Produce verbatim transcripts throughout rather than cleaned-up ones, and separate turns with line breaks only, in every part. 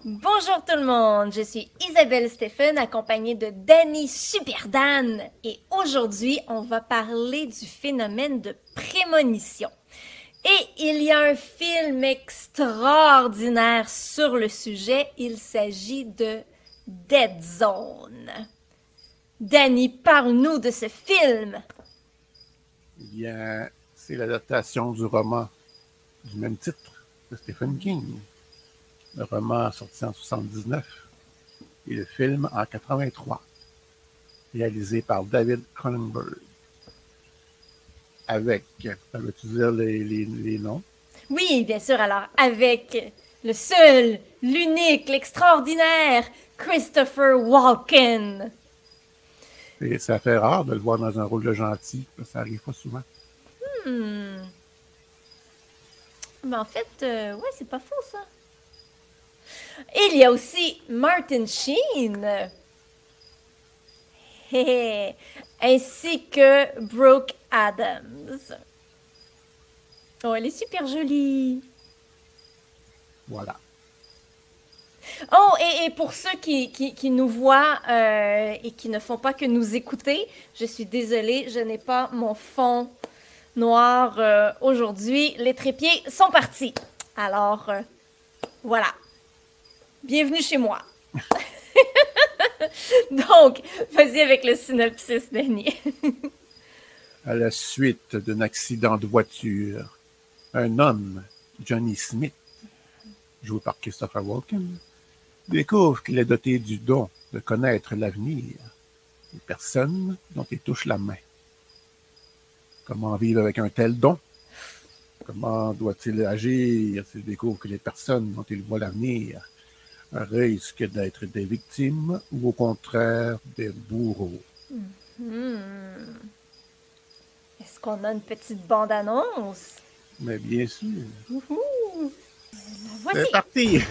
Bonjour tout le monde, je suis Isabelle Stephen accompagnée de Danny Superdan et aujourd'hui on va parler du phénomène de prémonition. Et il y a un film extraordinaire sur le sujet, il s'agit de Dead Zone. Danny, parle-nous de ce film.
Eh bien, c'est l'adaptation du roman du même titre de Stephen King. Le roman sorti en soixante-dix-neuf et le film en quatre-vingt-trois, réalisé par David Cronenberg. Avec, peux-tu dire les, les, les noms?
Oui, bien sûr, alors avec le seul, l'unique, l'extraordinaire Christopher Walken.
Et ça fait rare de le voir dans un rôle de gentil, ça arrive pas souvent.
Hmm. Mais en fait, euh, ouais, c'est pas faux ça. Il y a aussi Martin Sheen, ainsi que Brooke Adams. Oh, elle est super jolie.
Voilà.
Oh, et, et pour ceux qui, qui, qui nous voient euh, et qui ne font pas que nous écouter, je suis désolée, je n'ai pas mon fond noir euh, aujourd'hui. Les trépieds sont partis. Alors, euh, voilà. Bienvenue chez moi. Donc, vas-y avec le synopsis, Denis.
À la suite d'un accident de voiture, un homme, Johnny Smith, joué par Christopher Walken, découvre qu'il est doté du don de connaître l'avenir des personnes dont il touche la main. Comment vivre avec un tel don? Comment doit-il agir s'il découvre que les personnes dont il voit l'avenir risquent d'être des victimes ou au contraire des bourreaux?
Hmm. Est-ce qu'on a une petite bande-annonce?
Mais bien sûr.
Wouhou! Voici.
C'est parti!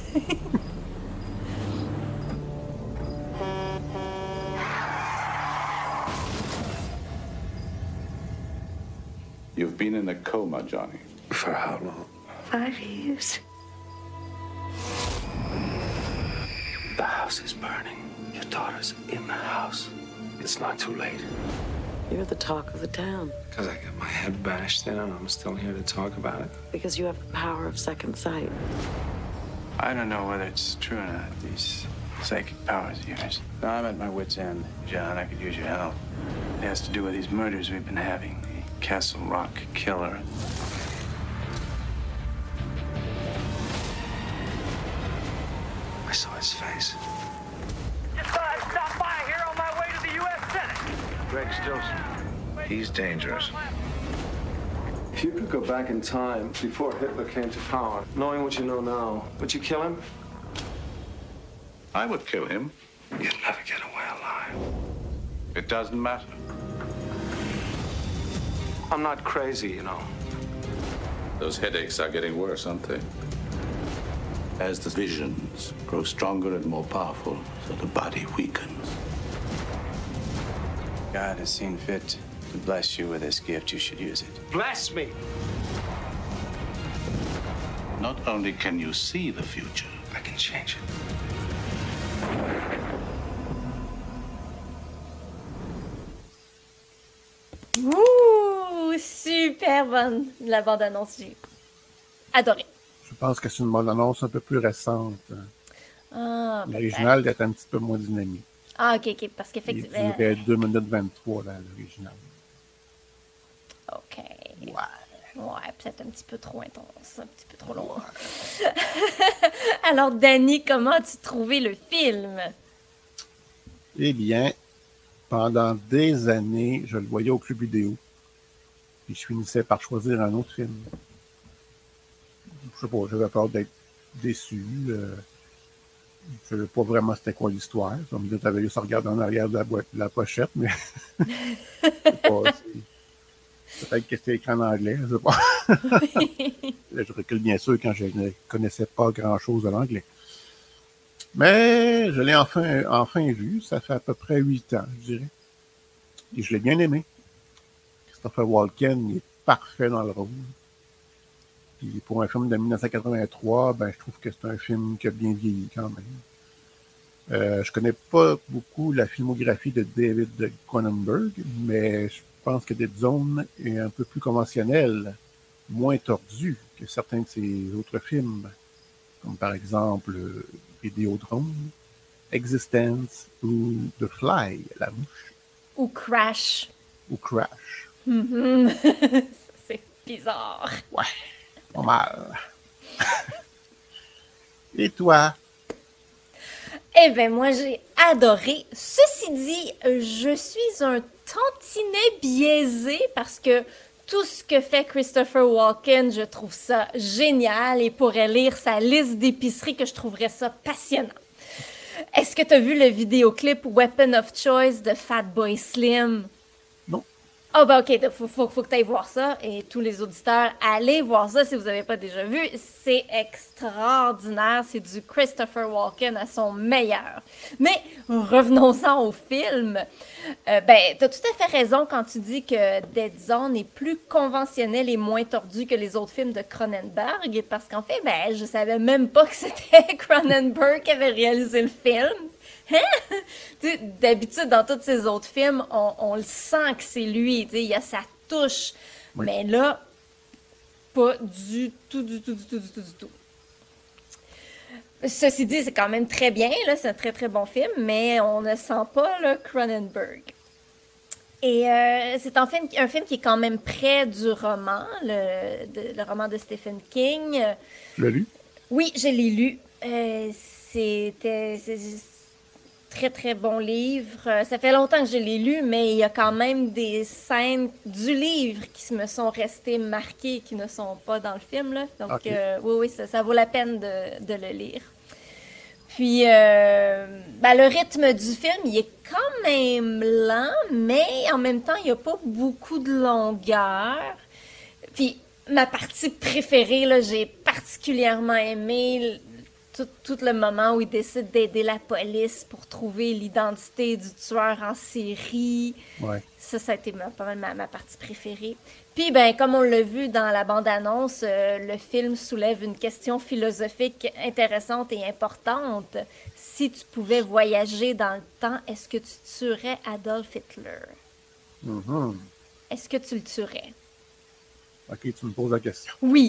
You've been in a coma, Johnny.
For how long?
Five years.
The house is burning. Your daughter's in the house. It's not too late.
You're the talk of the town.
Because I got my head bashed in and I'm still here to talk about it.
Because you have the power of second sight.
I don't know whether it's true or not, these psychic powers of yours. No, I'm at my wit's end, John. I could use your help. It has to do with these murders we've been having. The Castle Rock killer.
I saw his face.
Just thought I'd stop by here on my way to the U S Senate.
Greg Stilson. He's dangerous.
If you could go back in time before Hitler came to power, knowing what you know now, would you kill him?
I would kill him.
You'd never get away alive.
It doesn't matter.
I'm not crazy, you know.
Those headaches are getting worse, aren't they? As the visions grow stronger and more powerful, so the body weakens. God has seen fit to bless you with this gift. You should use it.
Bless me!
Not only can you see the future,
I can change it.
Ouh, super bonne la bande-annonce, j'ai adoré.
Je pense que c'est une bande-annonce un peu plus récente.
Ah,
L'original est un petit peu moins dynamique.
Ah, ok, ok, parce
Il
qu'effectivement...
durait deux minutes vingt-trois dans l'original.
Ok.
Ouais.
Ouais, peut-être un petit peu trop intense, un petit peu trop long. Alors, Danny, comment as-tu trouvé le film?
Eh bien, pendant des années, je le voyais au club vidéo. Puis je finissais par choisir un autre film. Je sais pas, j'avais peur d'être déçu. Euh, je ne savais pas vraiment c'était quoi l'histoire. Ça me dit, t'avais juste à regarder en arrière de la, boîte, de la pochette, mais c'est pas, c'est... peut-être que c'était écrit en anglais, je sais pas. Là, je recule bien sûr quand je ne connaissais pas grand-chose de l'anglais. Mais je l'ai enfin, enfin vu. Ça fait à peu près huit ans, je dirais. Et je l'ai bien aimé. Christopher Walken, il est parfait dans le rôle. Puis pour un film de dix-neuf cent quatre-vingt-trois, ben, je trouve que c'est un film qui a bien vieilli quand même. Euh, je connais pas beaucoup la filmographie de David Cronenberg, mais je pense que Dead Zone est un peu plus conventionnel, moins tordu que certains de ses autres films, comme par exemple euh, Vidéodrome, Existence ou The Fly, la mouche.
Ou Crash.
Ou Crash.
Mm-hmm. C'est bizarre.
Ouais, pas mal. Et toi?
Eh bien, moi, j'ai adoré. Ceci dit, je suis un tantinet biaisé parce que tout ce que fait Christopher Walken, je trouve ça génial et pourrais lire sa liste d'épicerie que je trouverais ça passionnant. Est-ce que tu as vu le vidéoclip Weapon of Choice de Fatboy Slim?
Non.
Ah, oh, ben ok, il faut, faut, faut que tu ailles voir ça. Et tous les auditeurs, allez voir ça si vous n'avez pas déjà vu. C'est extraordinaire. C'est du Christopher Walken à son meilleur. Mais revenons-en au film. Euh, ben, tu as tout à fait raison quand tu dis que Dead Zone est plus conventionnel et moins tordu que les autres films de Cronenberg. Parce qu'en fait, ben, je savais même pas que c'était Cronenberg qui avait réalisé le film. Hein? D'habitude, dans tous ces autres films, on, on le sent que c'est lui. Il y a sa touche. Oui. Mais là, pas du tout, du tout, du tout, du tout, du tout. Ceci dit, c'est quand même très bien. C'est un très, très bon film, mais on ne sent pas le Cronenberg. Et euh, c'est un film, un film qui est quand même près du roman, le, de, le roman de Stephen King.
Tu l'as lu? Oui,
je l'ai lu. Euh, c'était... C'est, très, très bon livre. Ça fait longtemps que je l'ai lu, mais il y a quand même des scènes du livre qui me sont restées marquées, qui ne sont pas dans le film. Là. Donc, okay. euh, oui, oui, ça, ça vaut la peine de, de le lire. Puis, euh, ben, le rythme du film, il est quand même lent, mais en même temps, il n'y a pas beaucoup de longueur. Puis, ma partie préférée, là, j'ai particulièrement aimé... Tout, tout le moment où il décide d'aider la police pour trouver l'identité du tueur en série.
Ouais.
Ça, ça a été ma, pas mal ma, ma partie préférée. Puis, ben, comme on l'a vu dans la bande-annonce, euh, le film soulève une question philosophique intéressante et importante. Si tu pouvais voyager dans le temps, est-ce que tu tuerais Adolf Hitler?
Mm-hmm.
Est-ce que tu le tuerais?
OK, tu me poses la question.
Oui.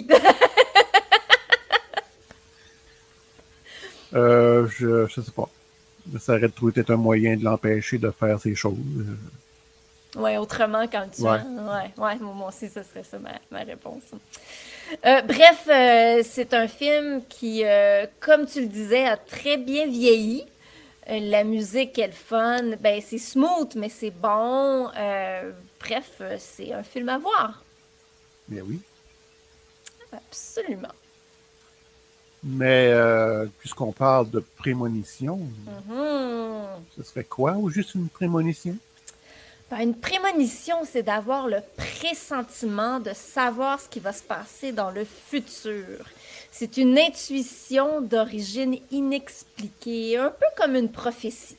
Euh, je, je sais pas. J'essaierais de trouver peut-être un moyen de l'empêcher de faire ces choses.
Oui, autrement, quand tu...
Ouais.
Ouais, ouais, moi aussi, ce serait ça ma, ma réponse. Euh, bref, euh, c'est un film qui, euh, comme tu le disais, a très bien vieilli. Euh, la musique est le fun. Ben, c'est smooth, mais c'est bon. Euh, bref, c'est un film à voir.
Bien oui.
Absolument.
Mais euh, puisqu'on parle de prémonition,
mm-hmm.
ce serait quoi ou juste une prémonition?
Ben, une prémonition, c'est d'avoir le pressentiment de savoir ce qui va se passer dans le futur. C'est une intuition d'origine inexpliquée, un peu comme une prophétie.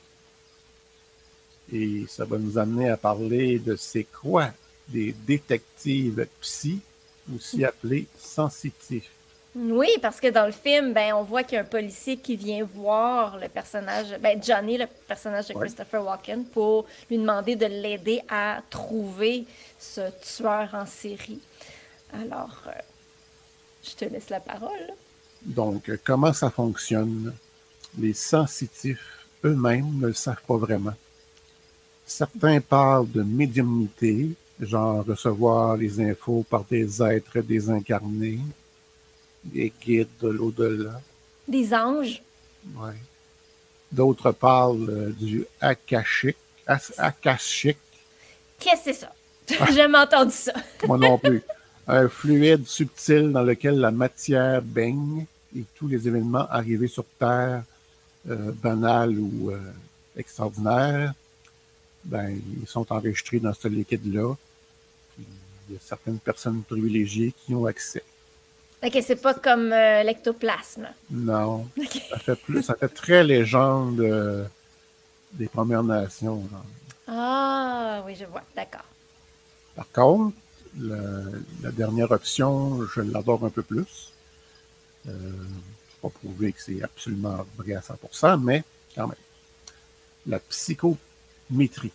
Et ça va nous amener à parler de c'est quoi des détectives psy, aussi appelés sensitifs.
Oui, parce que dans le film, ben, on voit qu'il y a un policier qui vient voir le personnage, ben, Johnny, le personnage de ouais. Christopher Walken, pour lui demander de l'aider à trouver ce tueur en série. Alors, euh, je te laisse la parole.
Donc, comment ça fonctionne? Les sensitifs eux-mêmes ne le savent pas vraiment. Certains parlent de médiumnité, genre recevoir les infos par des êtres désincarnés, des guides de l'au-delà.
Des anges.
Oui. D'autres parlent euh, du akashique. Akashique.
Qu'est-ce que c'est ça? J'ai jamais entendu ça.
Moi non plus. Un fluide subtil dans lequel la matière baigne et tous les événements arrivés sur Terre, euh, banals ou euh, extraordinaires, ben, ils sont enregistrés dans ce liquide-là. Puis, il y a certaines personnes privilégiées qui ont accès.
OK, c'est pas comme euh, l'ectoplasme.
Non.
Okay.
Ça fait plus, ça fait très légende euh, des Premières Nations. Genre.
Ah, oui, je vois. D'accord.
Par contre, Le, la dernière option, je l'adore un peu plus. Euh, je ne vais pas prouver que c'est absolument vrai à cent pour cent, mais quand même. La psychométrie.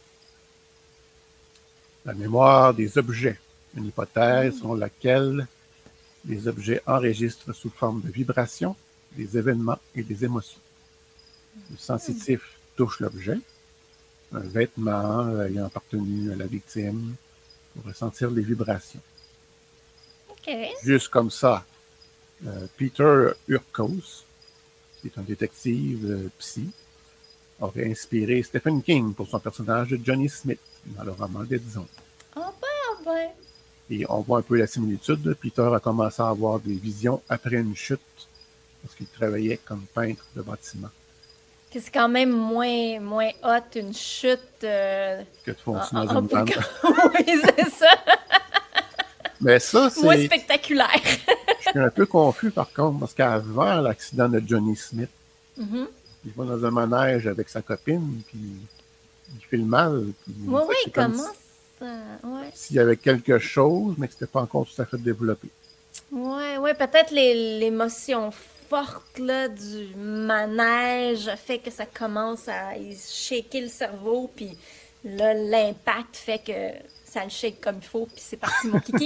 La mémoire des objets. Une hypothèse selon laquelle les objets enregistrent sous forme de vibrations des événements et des émotions. Le sensitif touche l'objet, un vêtement ayant appartenu à la victime, pour ressentir les vibrations.
OK.
Juste comme ça, euh, Peter Urkos, qui est un détective euh, psy, aurait inspiré Stephen King pour son personnage de Johnny Smith dans le roman Dead Zone.
Ah ben, ah ben.
Et on voit un peu la similitude. Peter a commencé à avoir des visions après une chute parce qu'il travaillait comme peintre de bâtiment.
Puis c'est quand même moins, moins hot une chute. Euh,
que de foncer
en,
dans
en,
une vanne.
Oui, c'est ça.
Mais ça, c'est...
Moins spectaculaire.
Je suis un peu confus, par contre, parce qu'avant l'accident de Johnny Smith,
mm-hmm.
il va dans un manège avec sa copine, puis il fait le mal. Puis
oui, oui, il
comme
commence...
si,
ouais.
S'il y avait quelque chose, mais que c'était pas encore tout à fait développé.
Oui, oui, peut-être les, l'émotion forte là, du manège fait que ça commence à shaker le cerveau, puis là, l'impact fait que ça le shake comme il faut, puis c'est parti mon kiki.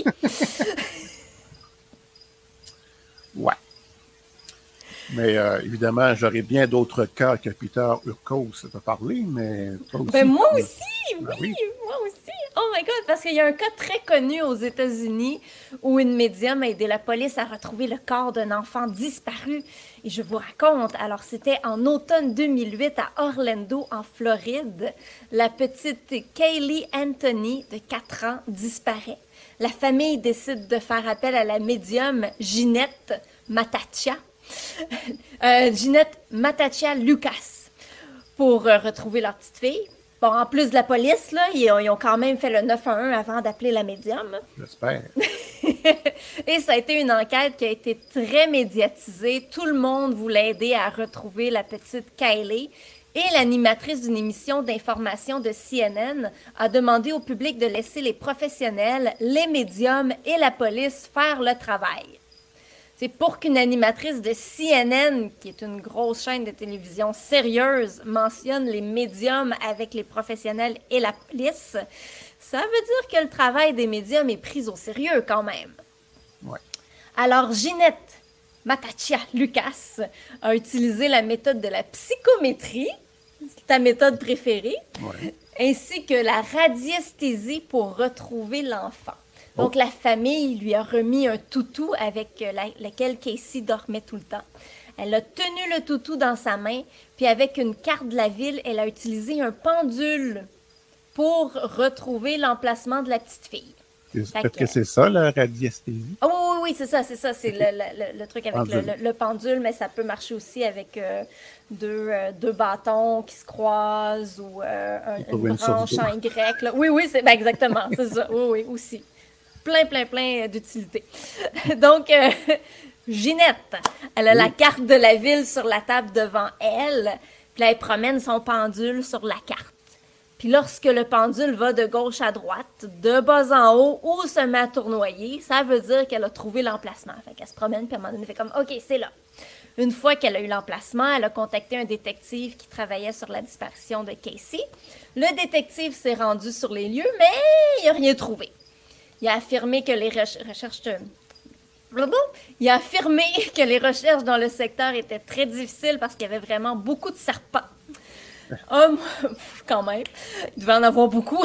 Ouais. Mais euh, évidemment, j'aurais bien d'autres cas que Peter Urkos a parlé, mais toi aussi.
Ben moi aussi,
ben
oui,
oui,
moi aussi. Oh my God, parce qu'il y a un cas très connu aux États-Unis où une médium a aidé la police à retrouver le corps d'un enfant disparu. Et je vous raconte, alors c'était en automne deux mille huit à Orlando, en Floride. La petite Kaylee Anthony, de quatre ans, disparaît. La famille décide de faire appel à la médium Ginette Matachia. euh, Ginette Matachia Lucas pour euh, retrouver leur petite fille. Bon, en plus de la police, là, ils, ont, ils ont quand même fait le neuf un un avant d'appeler la médium.
J'espère.
Et ça a été une enquête qui a été très médiatisée. Tout le monde voulait aider à retrouver la petite Kaylee. Et l'animatrice d'une émission d'information de C N N a demandé au public de laisser les professionnels, les médiums et la police faire le travail. C'est pour qu'une animatrice de C N N, qui est une grosse chaîne de télévision sérieuse, mentionne les médiums avec les professionnels et la police, ça veut dire que le travail des médiums est pris au sérieux quand même.
Ouais.
Alors, Ginette Matachia Lucas a utilisé la méthode de la psychométrie, c'est ta méthode préférée,
Ouais.
ainsi que la radiesthésie pour retrouver l'enfant. Donc, oh. La famille lui a remis un toutou avec la, lequel Casey dormait tout le temps. Elle a tenu le toutou dans sa main, puis avec une carte de la ville, elle a utilisé un pendule pour retrouver l'emplacement de la petite fille.
Peut-être que, que c'est ça, la radiesthésie?
Oh, oui, oui, oui, c'est ça, c'est ça. C'est le, le, le truc avec le, le, le pendule, mais ça peut marcher aussi avec euh, deux, euh, deux bâtons qui se croisent ou euh, un, une branche en Y. Là. Oui, oui, c'est ben exactement, c'est ça. Oui, oui, aussi. Plein, plein, plein d'utilité. Donc, euh, Ginette, elle a oui. la carte de la ville sur la table devant elle, puis là, elle promène son pendule sur la carte. Puis lorsque le pendule va de gauche à droite, de bas en haut, ou se met à tournoyer, ça veut dire qu'elle a trouvé l'emplacement. Fait qu'elle se promène, puis à un moment donné, elle fait comme « OK, c'est là ». Une fois qu'elle a eu l'emplacement, elle a contacté un détective qui travaillait sur la disparition de Casey. Le détective s'est rendu sur les lieux, mais il n'a rien trouvé. Il a affirmé que les recher- recherches... De... Il a affirmé que les recherches dans le secteur étaient très difficiles parce qu'il y avait vraiment beaucoup de serpents. Un mois, quand même, il devait en avoir beaucoup.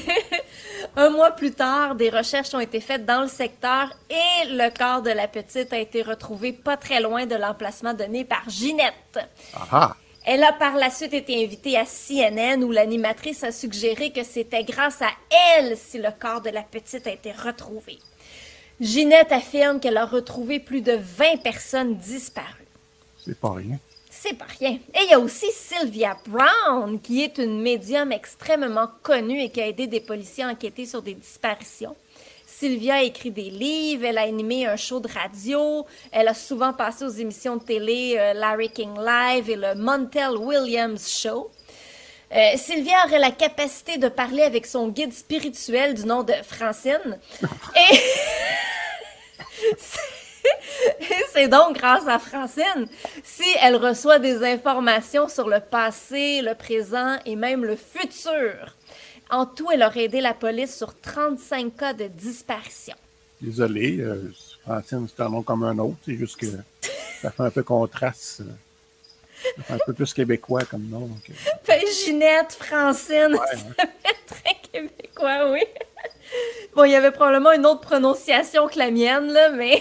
Un mois plus tard, des recherches ont été faites dans le secteur et le corps de la petite a été retrouvé pas très loin de l'emplacement donné par Ginette.
Aha.
Elle a par la suite été invitée à C N N où l'animatrice a suggéré que c'était grâce à elle si le corps de la petite a été retrouvé. Ginette affirme qu'elle a retrouvé plus de vingt personnes disparues.
C'est pas rien.
C'est pas rien. Et il y a aussi Sylvia Brown, qui est une médium extrêmement connue et qui a aidé des policiers à enquêter sur des disparitions. Sylvia a écrit des livres, elle a animé un show de radio, elle a souvent passé aux émissions de télé euh, Larry King Live et le Montel Williams Show. Euh, Sylvia aurait la capacité de parler avec son guide spirituel du nom de Francine. Et c'est donc grâce à Francine si elle reçoit des informations sur le passé, le présent et même le futur. En tout, elle aurait aidé la police sur trente-cinq cas de disparition.
Désolé, euh, Francine, c'est un nom comme un autre. C'est juste que ça fait un peu contraste. Ça fait un peu plus québécois comme nom. Donc...
Ben, Ginette, Francine,
ouais,
ça
ouais.
fait très québécois, oui. Bon, il y avait probablement une autre prononciation que la mienne, là, mais...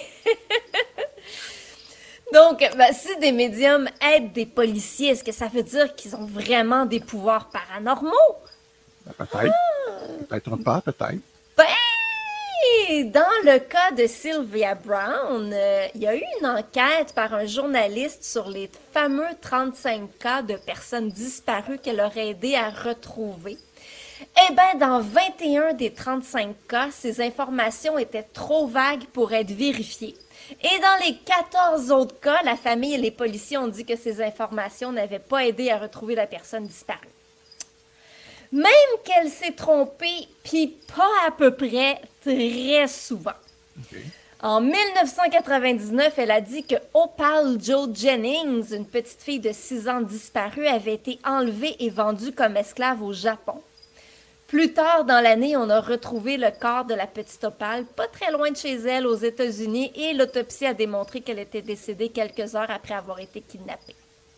Donc, ben, si des médiums aident des policiers, est-ce que ça veut dire qu'ils ont vraiment des pouvoirs paranormaux?
Ben, peut-être. Ah. Peut-être pas, peut-être.
Ben, dans le cas de Sylvia Brown, euh, il y a eu une enquête par un journaliste sur les fameux trente-cinq cas de personnes disparues qu'elle aurait aidé à retrouver. Eh bien, dans vingt et un des trente-cinq cas, ces informations étaient trop vagues pour être vérifiées. Et dans les quatorze autres cas, la famille et les policiers ont dit que ces informations n'avaient pas aidé à retrouver la personne disparue. Même qu'elle s'est trompée, puis pas à peu près, très souvent.
Okay.
En mille neuf cent quatre-vingt-dix-neuf, elle a dit que Opal Jo Jennings, une petite fille de six ans disparue, avait été enlevée et vendue comme esclave au Japon. Plus tard dans l'année, on a retrouvé le corps de la petite Opal, pas très loin de chez elle, aux États-Unis, et l'autopsie a démontré qu'elle était décédée quelques heures après avoir été kidnappée.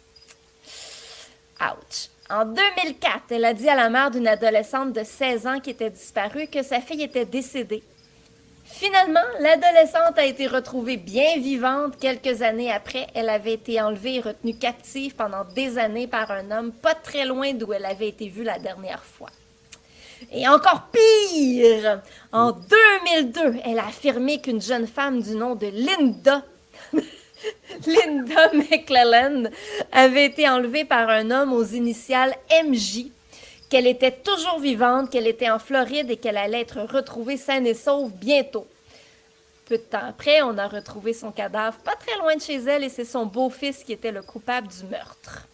Ouch! En deux mille quatre, elle a dit à la mère d'une adolescente de seize ans qui était disparue que sa fille était décédée. Finalement, l'adolescente a été retrouvée bien vivante quelques années après. Elle avait été enlevée et retenue captive pendant des années par un homme pas très loin d'où elle avait été vue la dernière fois. Et encore pire! En deux mille deux, elle a affirmé qu'une jeune femme du nom de Linda... Linda McClellan avait été enlevée par un homme aux initiales M J, qu'elle était toujours vivante, qu'elle était en Floride et qu'elle allait être retrouvée saine et sauve bientôt. Peu de temps après, on a retrouvé son cadavre pas très loin de chez elle et c'est son beau-fils qui était le coupable du meurtre.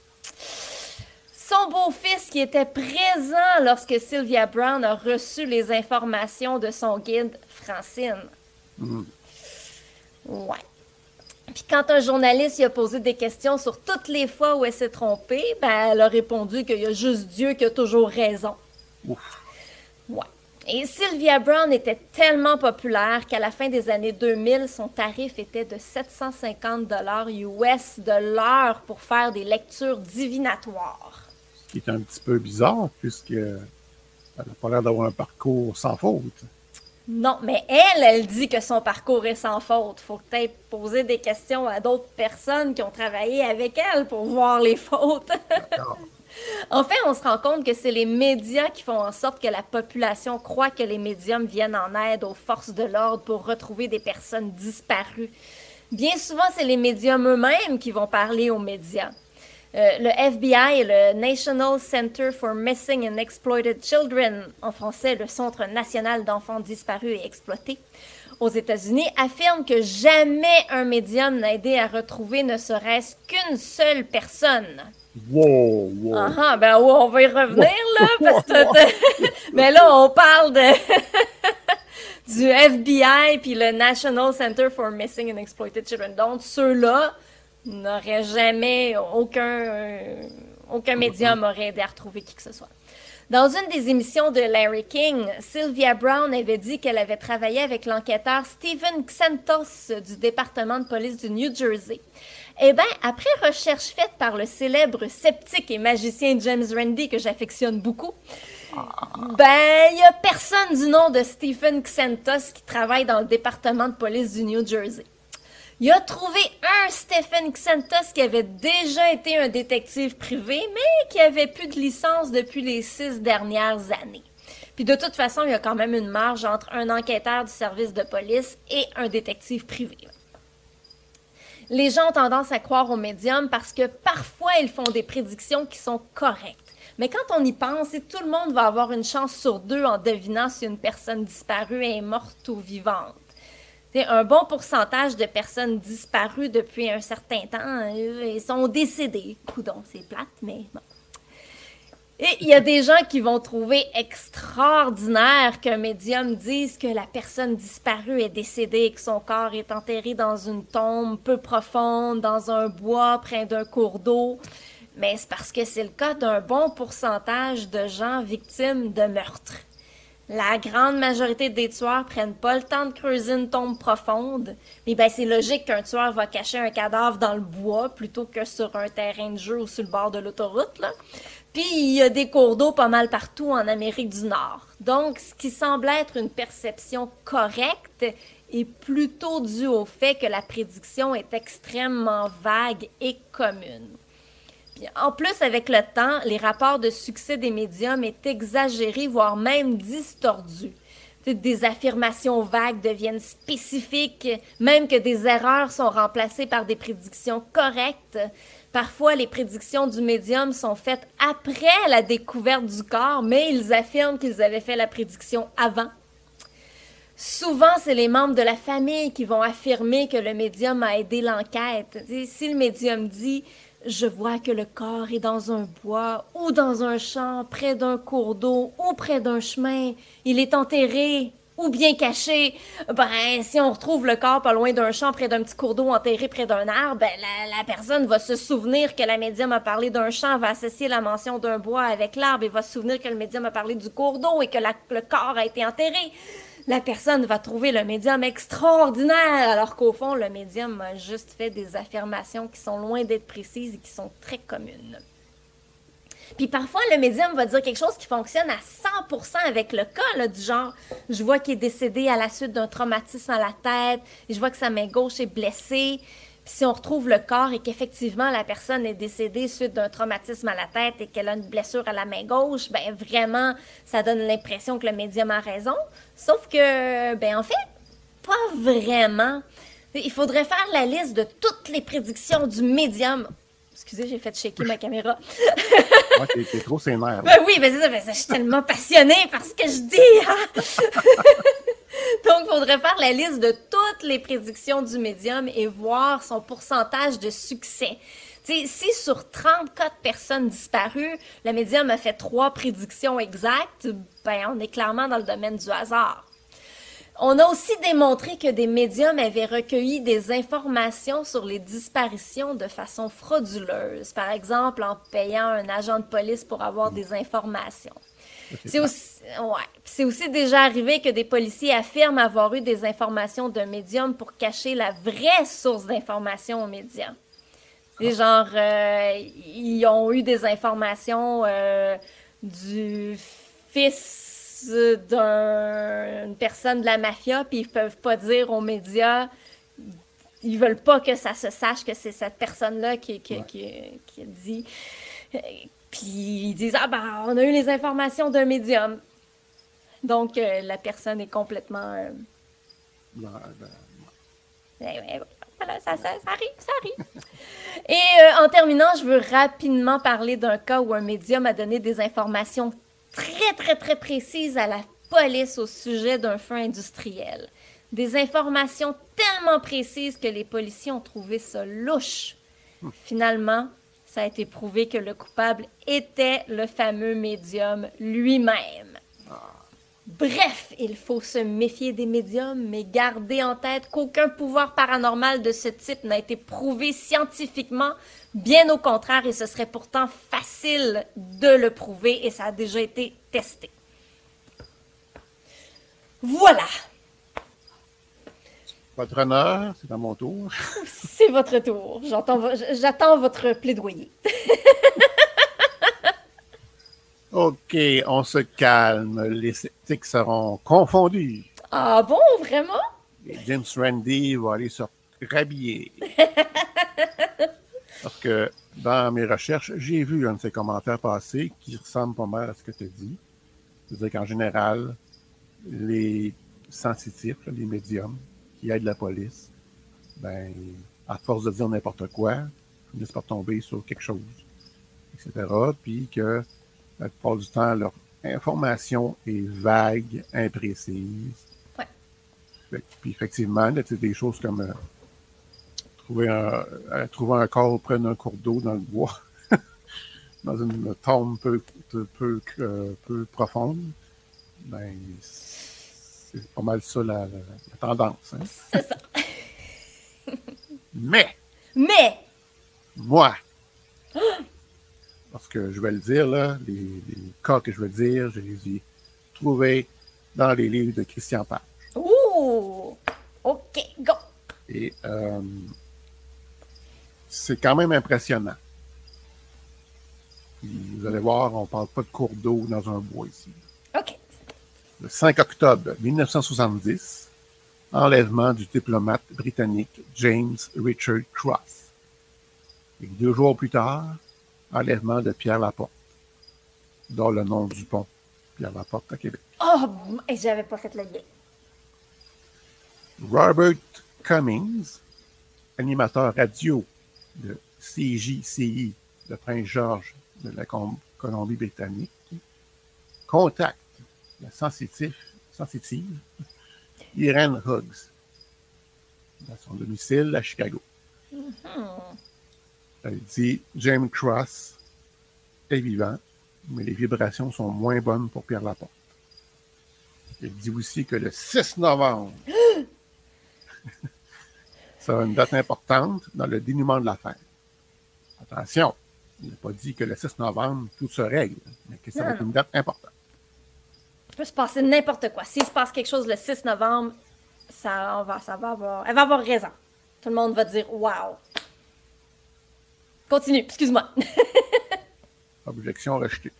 Son beau-fils qui était présent lorsque Sylvia Brown a reçu les informations de son guide, Francine.
Mm.
Ouais. Puis quand un journaliste lui a posé des questions sur toutes les fois où elle s'est trompée, ben elle a répondu qu'il y a juste Dieu qui a toujours raison.
Ouf.
Ouais. Et Sylvia Brown était tellement populaire qu'à la fin des années deux mille, son tarif était de sept cent cinquante dollars U S de l'heure pour faire des lectures divinatoires.
Ce qui est un petit peu bizarre, puisqu'elle n'a pas l'air d'avoir un parcours sans faute.
Non, mais elle, elle dit que son parcours est sans faute. Faut peut-être poser des questions à d'autres personnes qui ont travaillé avec elle pour voir les fautes.
D'accord.
En fait, on se rend compte que c'est les médias qui font en sorte que la population croit que les médiums viennent en aide aux forces de l'ordre pour retrouver des personnes disparues. Bien souvent, c'est les médiums eux-mêmes qui vont parler aux médias. Euh, le F B I et le National Center for Missing and Exploited Children, en français le Centre national d'enfants disparus et exploités, aux États-Unis, affirment que jamais un médium n'a aidé à retrouver ne serait-ce qu'une seule personne.
Wow, wow.
Ah, ah, ben ouais, on va y revenir, là, parce que... Mais là, on parle de... du F B I puis le National Center for Missing and Exploited Children. Donc, ceux-là n'auraient jamais... Aucun, euh, aucun médium aurait aidé à retrouver qui que ce soit. Dans une des émissions de Larry King, Sylvia Brown avait dit qu'elle avait travaillé avec l'enquêteur Stephen Xentos du département de police du New Jersey. Eh bien, après recherche faite par le célèbre sceptique et magicien James Randi, que j'affectionne beaucoup, ben, il n'y a personne du nom de Stephen Xentos qui travaille dans le département de police du New Jersey. Il a trouvé un Stephen Xentos qui avait déjà été un détective privé, mais qui avait plus de licence depuis les six dernières années. Puis de toute façon, il y a quand même une marge entre un enquêteur du service de police et un détective privé. Les gens ont tendance à croire aux médiums parce que parfois, ils font des prédictions qui sont correctes. Mais quand on y pense, tout le monde va avoir une chance sur deux en devinant si une personne disparue est morte ou vivante. T'sais, un bon pourcentage de personnes disparues depuis un certain temps, ils sont décédés. Coudon, c'est plate, mais bon. Et il y a des gens qui vont trouver extraordinaire qu'un médium dise que la personne disparue est décédée et que son corps est enterré dans une tombe peu profonde, dans un bois près d'un cours d'eau. Mais c'est parce que c'est le cas d'un bon pourcentage de gens victimes de meurtres. La grande majorité des tueurs prennent pas le temps de creuser une tombe profonde. Mais ben c'est logique qu'un tueur va cacher un cadavre dans le bois plutôt que sur un terrain de jeu ou sur le bord de l'autoroute, là. Puis il y a des cours d'eau pas mal partout en Amérique du Nord. Donc, ce qui semble être une perception correcte est plutôt dû au fait que la prédiction est extrêmement vague et commune. Puis, en plus, avec le temps, les rapports de succès des médiums est exagérés, voire même distordus. Des affirmations vagues deviennent spécifiques, même que des erreurs sont remplacées par des prédictions correctes. Parfois, les prédictions du médium sont faites après la découverte du corps, mais ils affirment qu'ils avaient fait la prédiction avant. Souvent, c'est les membres de la famille qui vont affirmer que le médium a aidé l'enquête. Si le médium dit « Je vois que le corps est dans un bois ou dans un champ, près d'un cours d'eau ou près d'un chemin, il est enterré », ou bien caché, ben, si on retrouve le corps pas loin d'un champ, près d'un petit cours d'eau enterré près d'un arbre, ben, la, la personne va se souvenir que la médium a parlé d'un champ, va associer la mention d'un bois avec l'arbre et va se souvenir que le médium a parlé du cours d'eau et que la, le corps a été enterré. La personne va trouver le médium extraordinaire, alors qu'au fond, le médium a juste fait des affirmations qui sont loin d'être précises et qui sont très communes. Puis parfois, le médium va dire quelque chose qui fonctionne à cent pour cent avec le cas, là, du genre, je vois qu'il est décédé à la suite d'un traumatisme à la tête, et je vois que sa main gauche est blessée. Puis si on retrouve le corps et qu'effectivement la personne est décédée suite d'un traumatisme à la tête et qu'elle a une blessure à la main gauche, ben vraiment, ça donne l'impression que le médium a raison. Sauf que, ben en fait, pas vraiment. Il faudrait faire la liste de toutes les prédictions du médium. Excusez, j'ai fait shaker ma caméra.
Ouais, t'es, t'es trop sénère.
Ben oui, ben c'est ça, ben ça, je suis tellement passionnée par ce que je dis. Hein? Donc, il faudrait faire la liste de toutes les prédictions du médium et voir son pourcentage de succès. T'sais, si sur trente-quatre personnes disparues, le médium a fait trois prédictions exactes, ben on est clairement dans le domaine du hasard. On a aussi démontré que des médiums avaient recueilli des informations sur les disparitions de façon frauduleuse, par exemple en payant un agent de police pour avoir des informations. C'est aussi, ouais, c'est aussi déjà arrivé que des policiers affirment avoir eu des informations d'un médium pour cacher la vraie source d'informations au médium. C'est genre, euh, ils ont eu des informations euh, du fils d'une personne de la mafia, puis ils peuvent pas dire aux médias, ils veulent pas que ça se sache que c'est cette personne-là qui, qui, ouais. qui, qui a dit. Puis ils disent, ah ben, on a eu les informations d'un médium. Donc, euh, la personne est complètement... Euh...
Ouais, ben...
ouais, ouais, voilà, ça, ça, ça arrive, ça arrive. Et euh, en terminant, je veux rapidement parler d'un cas où un médium a donné des informations très, très, très précises à la police au sujet d'un feu industriel. Des informations tellement précises que les policiers ont trouvé ça louche. Finalement, ça a été prouvé que le coupable était le fameux médium lui-même. Bref, il faut se méfier des médiums, mais garder en tête qu'aucun pouvoir paranormal de ce type n'a été prouvé scientifiquement. Bien au contraire, et ce serait pourtant facile de le prouver, et ça a déjà été testé. Voilà.
Votre honneur, c'est à mon tour.
C'est votre tour. J'entends, j'attends votre plaidoyer.
OK, on se calme. Les sceptiques seront confondus.
Ah bon, vraiment?
Et James Randi va aller se rhabiller. Parce que dans mes recherches, j'ai vu un de ces commentaires passés qui ressemble pas mal à ce que tu as dit. C'est-à-dire qu'en général, les sensitifs, les médiums qui aident la police, ben, à force de dire n'importe quoi, finissent par tomber sur quelque chose, et cetera. Puis que la plupart du temps, leur information est vague, imprécise.
Ouais.
Fait, puis effectivement, là, c'est des choses comme euh, trouver, un, euh, trouver un corps près d'un cours d'eau dans le bois. dans une tombe peu, peu, peu, euh, peu profonde, ben, c'est pas mal ça la, la, la tendance. Hein?
C'est ça.
Mais,
Mais,
moi, parce que je vais le dire, là, les, les cas que je vais dire, je les ai trouvés dans les livres de Christian Page.
ouh, OK, go.
Et euh, c'est quand même impressionnant. Puis, vous allez voir, on ne parle pas de cours d'eau dans un bois ici.
OK.
Le cinq octobre mille neuf cent soixante-dix, enlèvement du diplomate britannique James Richard Cross. Et deux jours plus tard, enlèvement de Pierre Laporte, dont le nom du pont, Pierre Laporte à Québec.
Oh, et j'avais pas fait le lien.
Robert Cummings, animateur radio de C J C I de Prince-Georges de la Colombie-Britannique, contacte la sensitive, sensitive Irene Hughes dans son domicile à Chicago.
Mm-hmm.
Elle dit James Cross est vivant, mais les vibrations sont moins bonnes pour Pierre Laporte. Elle dit aussi que le six novembre, ça a une date importante dans le dénouement de l'affaire. Attention, il n'a pas dit que le six novembre, tout se règle, mais que ça
Non,
va être
non.
une date importante.
Il peut se passer n'importe quoi. S'il se passe quelque chose le six novembre, ça, on va, ça va avoir, elle va avoir raison. Tout le monde va dire « Wow! » Continue, excuse-moi.
Objection rejetée.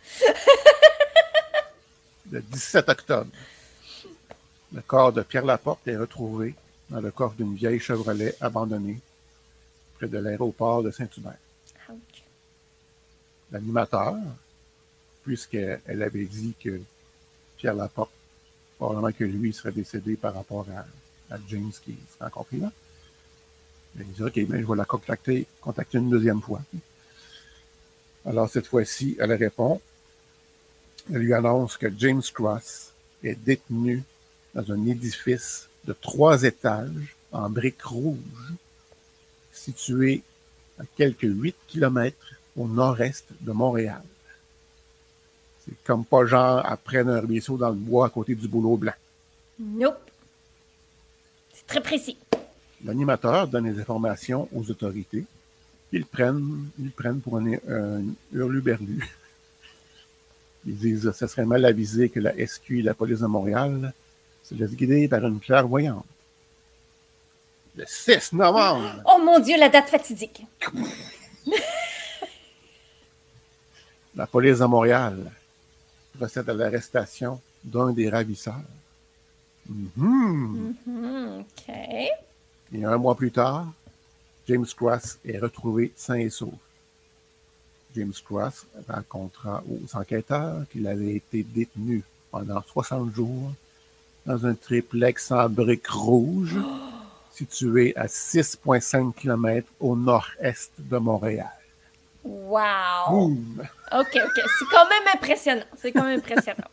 Le dix-sept octobre, le corps de Pierre Laporte est retrouvé dans le coffre d'une vieille Chevrolet abandonnée près de l'aéroport de Saint-Hubert.
Ouch.
L'animateur, puisqu'elle avait dit que Pierre Laporte, probablement que lui serait décédé par rapport à, à James qui serait encore pris là. Il dit, OK, ben, je vais la contacter, contacter une deuxième fois. Alors, cette fois-ci, elle répond. Elle lui annonce que James Cross est détenu dans un édifice de trois étages en briques rouges, situé à quelques huit kilomètres au nord-est de Montréal. C'est comme pas genre après d'un ruisseau dans le bois à côté du bouleau blanc.
Nope. C'est très précis.
L'animateur donne les informations aux autorités. Ils prennent, ils prennent pour un, un hurluberlu. Ils disent que ce serait mal avisé que la S Q et la police de Montréal se laissent guider par une clairvoyante. Le six novembre,
Oh mon Dieu, la date fatidique.
la police de Montréal procède à l'arrestation d'un des ravisseurs. Mhm.
Mhm, OK.
Et un mois plus tard, James Cross est retrouvé sain et sauf. James Cross racontera aux enquêteurs qu'il avait été détenu pendant soixante jours dans un triplex en briques rouges situé à six virgule cinq kilomètres au nord-est de Montréal.
Wow.
Boum!
OK, OK. C'est quand même impressionnant. C'est quand même impressionnant.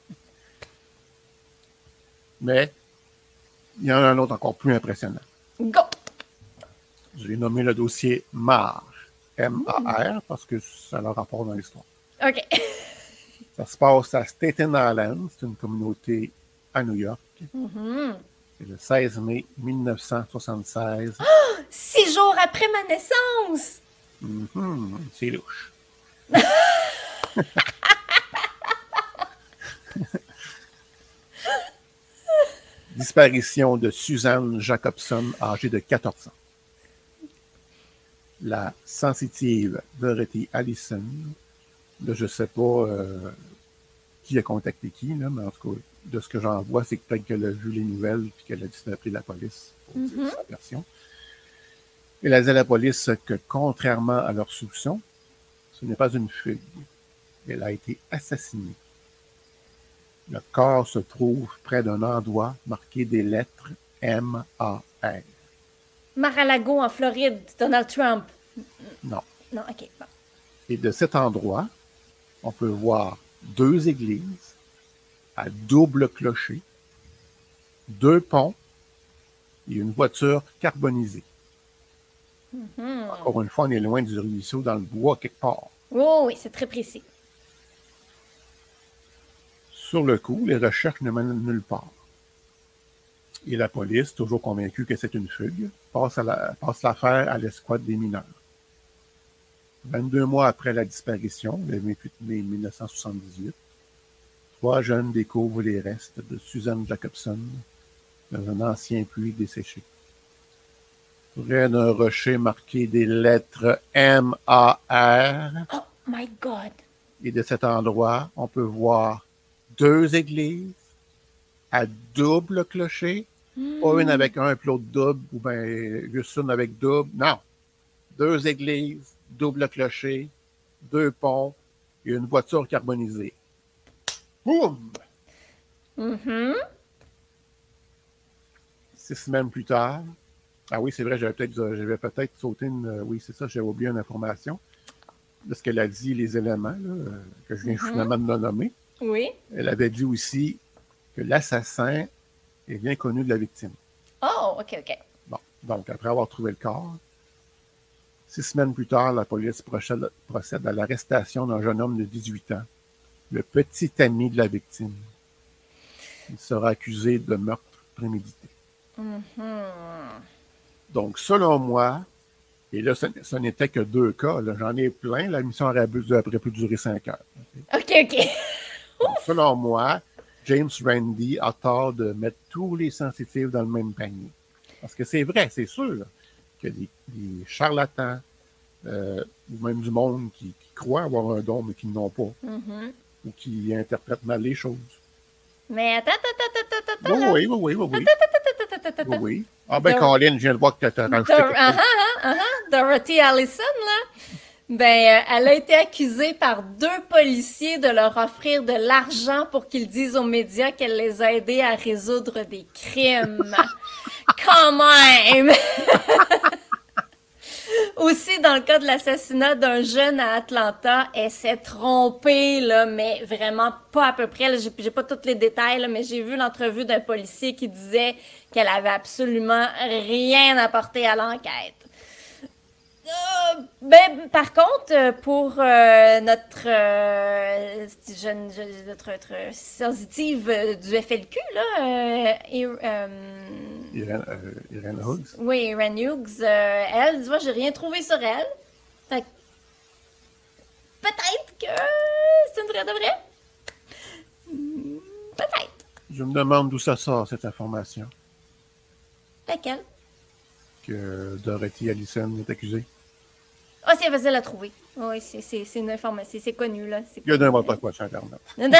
Mais il y en a un autre encore plus impressionnant.
Go!
Je l'ai nommé le dossier M A R. M A R, parce que ça a un rapport dans l'histoire.
OK.
Ça se passe à Staten Island, c'est une communauté à New York.
Mhm.
C'est le seize mai mille neuf cent soixante-seize.
Six jours après ma naissance!
Mhm, c'est louche. Disparition de Suzanne Jacobson, âgée de quatorze ans. La sensitive Dorothy Allison, là, je ne sais pas euh, qui a contacté qui, là, mais en tout cas, de ce que j'en vois, c'est que peut-être qu'elle a vu les nouvelles et qu'elle a décidé d'appeler la police pour dire
Mhm.
sa version. Elle a dit à la police que, contrairement à leurs soupçons, ce n'est pas une fugue. Elle a été assassinée. Le corps se trouve près d'un endroit marqué des lettres M A R.
Mar-a-Lago en Floride, Donald Trump.
Non.
Non, OK. Bon.
Et de cet endroit, on peut voir deux églises à double clocher, deux ponts et une voiture carbonisée.
Mhm.
Encore une fois, on est loin du ruisseau dans le bois quelque part.
Oh, oui, c'est très précis.
Sur le coup, les recherches ne mènent nulle part. Et la police, toujours convaincue que c'est une fugue, passe, à la, passe l'affaire à l'escouade des mineurs. vingt-deux mois après la disparition, le vingt-huit mai mille neuf cent soixante-dix-huit, trois jeunes découvrent les restes de Susan Jacobson dans un ancien puits desséché. Près d'un rocher marqué des lettres M A R,
Oh my God!
et de cet endroit, on peut voir deux églises à double clocher,
Mm.
pas une avec un et l'autre double, ou bien juste une avec double. Non. Deux églises, double clocher, deux ponts et une voiture carbonisée. Boum!
Mhm.
Six semaines plus tard. Ah oui, c'est vrai, j'avais peut-être, j'avais peut-être sauté une. Oui, c'est ça, j'avais oublié une information. De ce qu'elle a dit, les éléments, là, que je viens
Mhm.
finalement de nommer.
Oui.
Elle avait dit aussi que l'assassin est bien connu de la victime.
Oh, OK, OK.
Bon, donc, après avoir trouvé le corps, six semaines plus tard, la police procède, procède à l'arrestation d'un jeune homme de dix-huit ans, le petit ami de la victime. Il sera accusé de meurtre prémédité.
Mhm.
Donc, selon moi, et là, ce, ce n'était que deux cas, là, j'en ai plein, la mission aurait, aurait pu durer cinq heures.
OK, OK.
Donc, selon moi, James Randi a tort de mettre tous les sensitifs dans le même panier. Parce que c'est vrai, c'est sûr, là, que des, des charlatans, euh, ou même du monde qui, qui croient avoir un don, mais qui n'en ont pas,
Mhm.
ou qui interprètent mal les choses.
Mais attends, attends, attends, attends, attends,
Oui,
là.
oui, oui, oui, oui, oui.
Attends, attends, attends,
Oui,
attends.
oui. Ah ben,
Dor-
Colin, je viens de voir que tu as rajouté
Dor-
quelque
ah,
chose.
ah, ah, ah, Dorothy Allison, là, ben, euh, elle a été accusée par deux policiers de leur offrir de l'argent pour qu'ils disent aux médias qu'elle les a aidés à résoudre des crimes. Quand même! Aussi, dans le cas de l'assassinat d'un jeune à Atlanta, elle s'est trompée, là, mais vraiment pas à peu près. Là, j'ai, j'ai pas tous les détails, là, mais j'ai vu l'entrevue d'un policier qui disait qu'elle avait absolument rien apporté à l'enquête. Euh, ben, par contre, euh, pour euh, notre, euh, jeune, je- notre, notre sensitive euh, du F L Q, là, euh, et, euh,
Irène, euh, Irène Hughes.
oui, Irene Hughes, euh, elle, tu vois, j'ai rien trouvé sur elle. Fait que peut-être que c'est une vraie de vraie. Hmm, Peut-être.
Je me demande d'où ça sort, cette information,
Laquelle?
que Dorothy Allison est accusée.
Ah, c'est facile à trouver. Oui, c'est, c'est, c'est une information, c'est connu, là. C'est
Il y a
connu.
n'importe quoi sur Internet.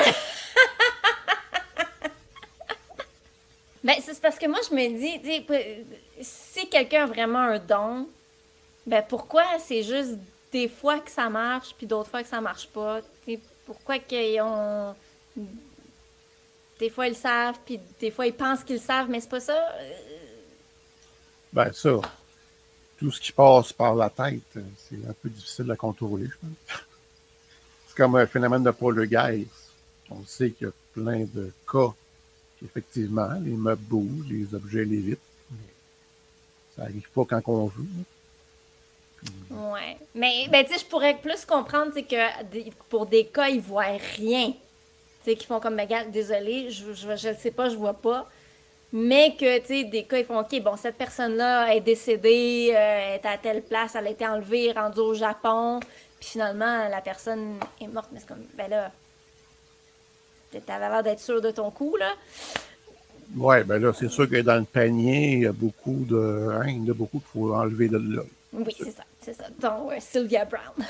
Ben, c'est parce que moi, je me dis, tu sais, p- si quelqu'un a vraiment un don, ben pourquoi c'est juste des fois que ça marche, puis d'autres fois que ça marche pas? Tu sais, pourquoi qu'ils ont... Des fois, ils savent, puis des fois, ils pensent qu'ils savent, mais c'est pas ça? Euh,
Ben, ça, tout ce qui passe par la tête, euh, c'est un peu difficile à contrôler, je pense. C'est comme un phénomène de poltergeist. On sait qu'il y a plein de cas qu'effectivement, les meubles bougent, les objets lévitent, mais ça n'arrive pas quand on veut. hein.
Ouais. Mais, ben, tu sais, je pourrais plus comprendre, c'est que des- pour des cas, ils voient rien. Tu sais, qui font comme, ben, regarde, désolé, je, je, je le sais pas, je vois pas. Mais que, tu sais, des cas, ils font, OK, bon, cette personne-là est décédée, euh, est à telle place, elle a été enlevée, rendue au Japon, puis finalement, la personne est morte. Mais c'est comme, ben là, t'avais l'air d'être sûr de ton coup, là.
Ouais, ben là, c'est sûr que dans le panier, il y a beaucoup de. Hein, il y en a beaucoup qu'il faut enlever de là.
Oui, c'est ça, c'est ça. Donc, euh, Sylvia Brown.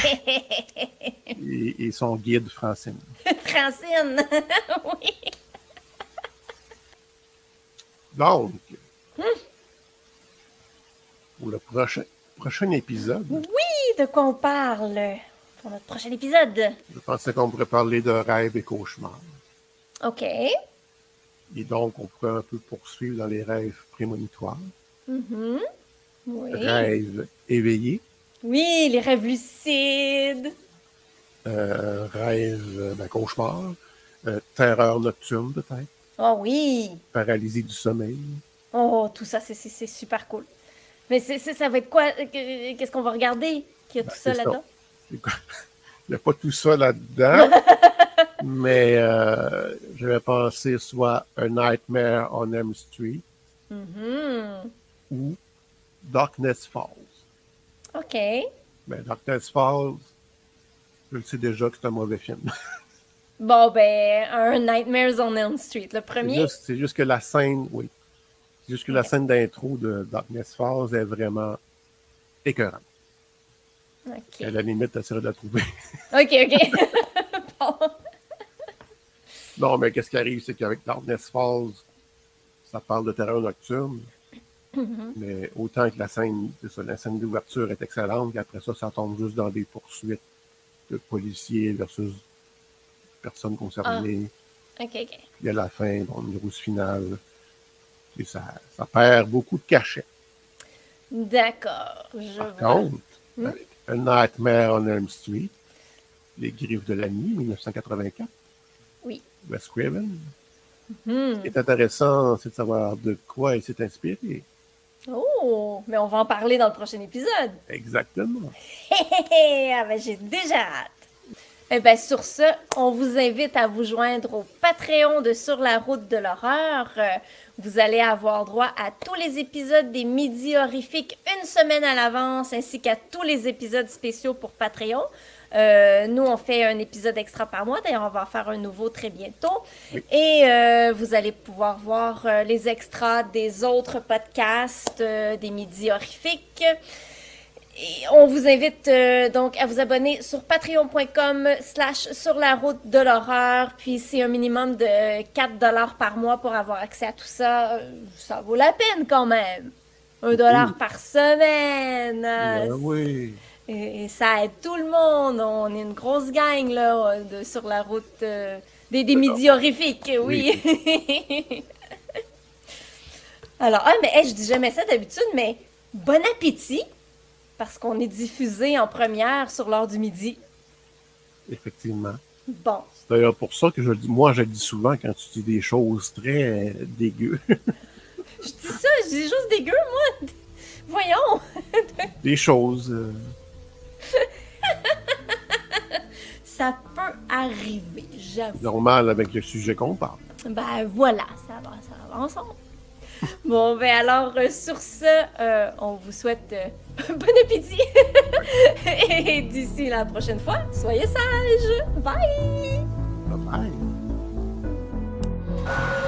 Et, et son guide, Francine.
Francine. Oui.
Donc, pour le prochain, prochain épisode,
Oui, de quoi on parle pour notre prochain épisode?
je pensais qu'on pourrait parler de rêves et cauchemars.
OK.
Et donc, on pourrait un peu poursuivre dans les rêves prémonitoires,
Mhm. Oui.
rêves éveillés,
Oui, les rêves lucides.
euh, rêves euh, ben, cauchemars, euh, terreur nocturne peut-être,
Oh oui.
paralysie du sommeil.
Oh, tout ça, c'est, c'est, c'est super cool. Mais c'est, c'est- ça va être quoi? Que- Qu'est-ce qu'on va regarder? Qu'il y a
Ben,
tout ça
c'est
là-dedans?
C'est quoi? n'y a pas tout ça là-dedans. Mais euh, j'avais pensé soit A Nightmare on Elm Street
Mm-hmm.
ou Darkness Falls.
OK.
Ben, Darkness Falls, je le sais déjà que c'est un mauvais film.
Bon, ben, un Nightmares on Elm Street, le
C'est
premier.
juste, c'est juste que la scène, oui. C'est juste que la
Ok.
scène d'intro de Darkness Falls est vraiment écœurante.
OK.
À la limite, t'essaieras de la trouver.
OK, OK. Bon.
Non, mais qu'est-ce qui arrive, c'est qu'avec Darkness Falls, ça parle de terreur nocturne.
Mhm.
Mais autant que la scène, c'est ça, la scène d'ouverture est excellente, et après ça, ça tombe juste dans des poursuites de policiers versus personnes concernées.
OK, OK.
Puis à la fin, bon, une grosse finale. Et ça, ça perd beaucoup de cachet.
D'accord. Je
Par
vois.
contre,
Hmm.
avec A Nightmare on Elm Street, Les Griffes de la Nuit, dix-neuf cent quatre-vingt-quatre,
Oui.
Wes Craven.
Hmm.
Ce qui est intéressant, c'est de savoir de quoi il s'est inspiré.
Oh, mais on va en parler dans le prochain épisode.
Exactement.
Hé, hé, hé, ah ben, j'ai déjà hâte. Eh ben, sur ce, on vous invite à vous joindre au Patreon de Sur la route de l'horreur. Euh, vous allez avoir droit à tous les épisodes des Midis horrifiques une semaine à l'avance, ainsi qu'à tous les épisodes spéciaux pour Patreon. Euh, nous, on fait un épisode extra par mois. D'ailleurs, on va en faire un nouveau très bientôt.
Oui.
Et euh, vous allez pouvoir voir euh, les extras des autres podcasts euh, des Midis horrifiques. Et on vous invite euh, donc à vous abonner sur patreon.com slash sur la route de l'horreur. Puis c'est un minimum de quatre dollars par mois pour avoir accès à tout ça. Euh, Ça vaut la peine quand même. un dollar par semaine. Euh,
Ben oui.
et, et ça aide tout le monde. On est une grosse gang là, de, sur la route euh, des, des midis horrifiques. Oui. Alors, ah, mais hey, je dis jamais ça d'habitude, mais bon appétit! Parce qu'on est diffusé en première sur l'heure du midi.
Effectivement.
Bon.
C'est d'ailleurs pour ça que je le dis. Moi, je le dis souvent quand tu dis des choses très euh, dégueu.
Je dis ça, je dis juste dégueu, moi. Voyons.
Des choses. euh,
Ça peut arriver, j'avoue.
normales avec le sujet qu'on parle.
Ben voilà, ça va, ça va ensemble. Bon, ben alors, euh, sur ce, euh, on vous souhaite euh, bon appétit. Et d'ici la prochaine fois, soyez sages. Bye!
Bye bye.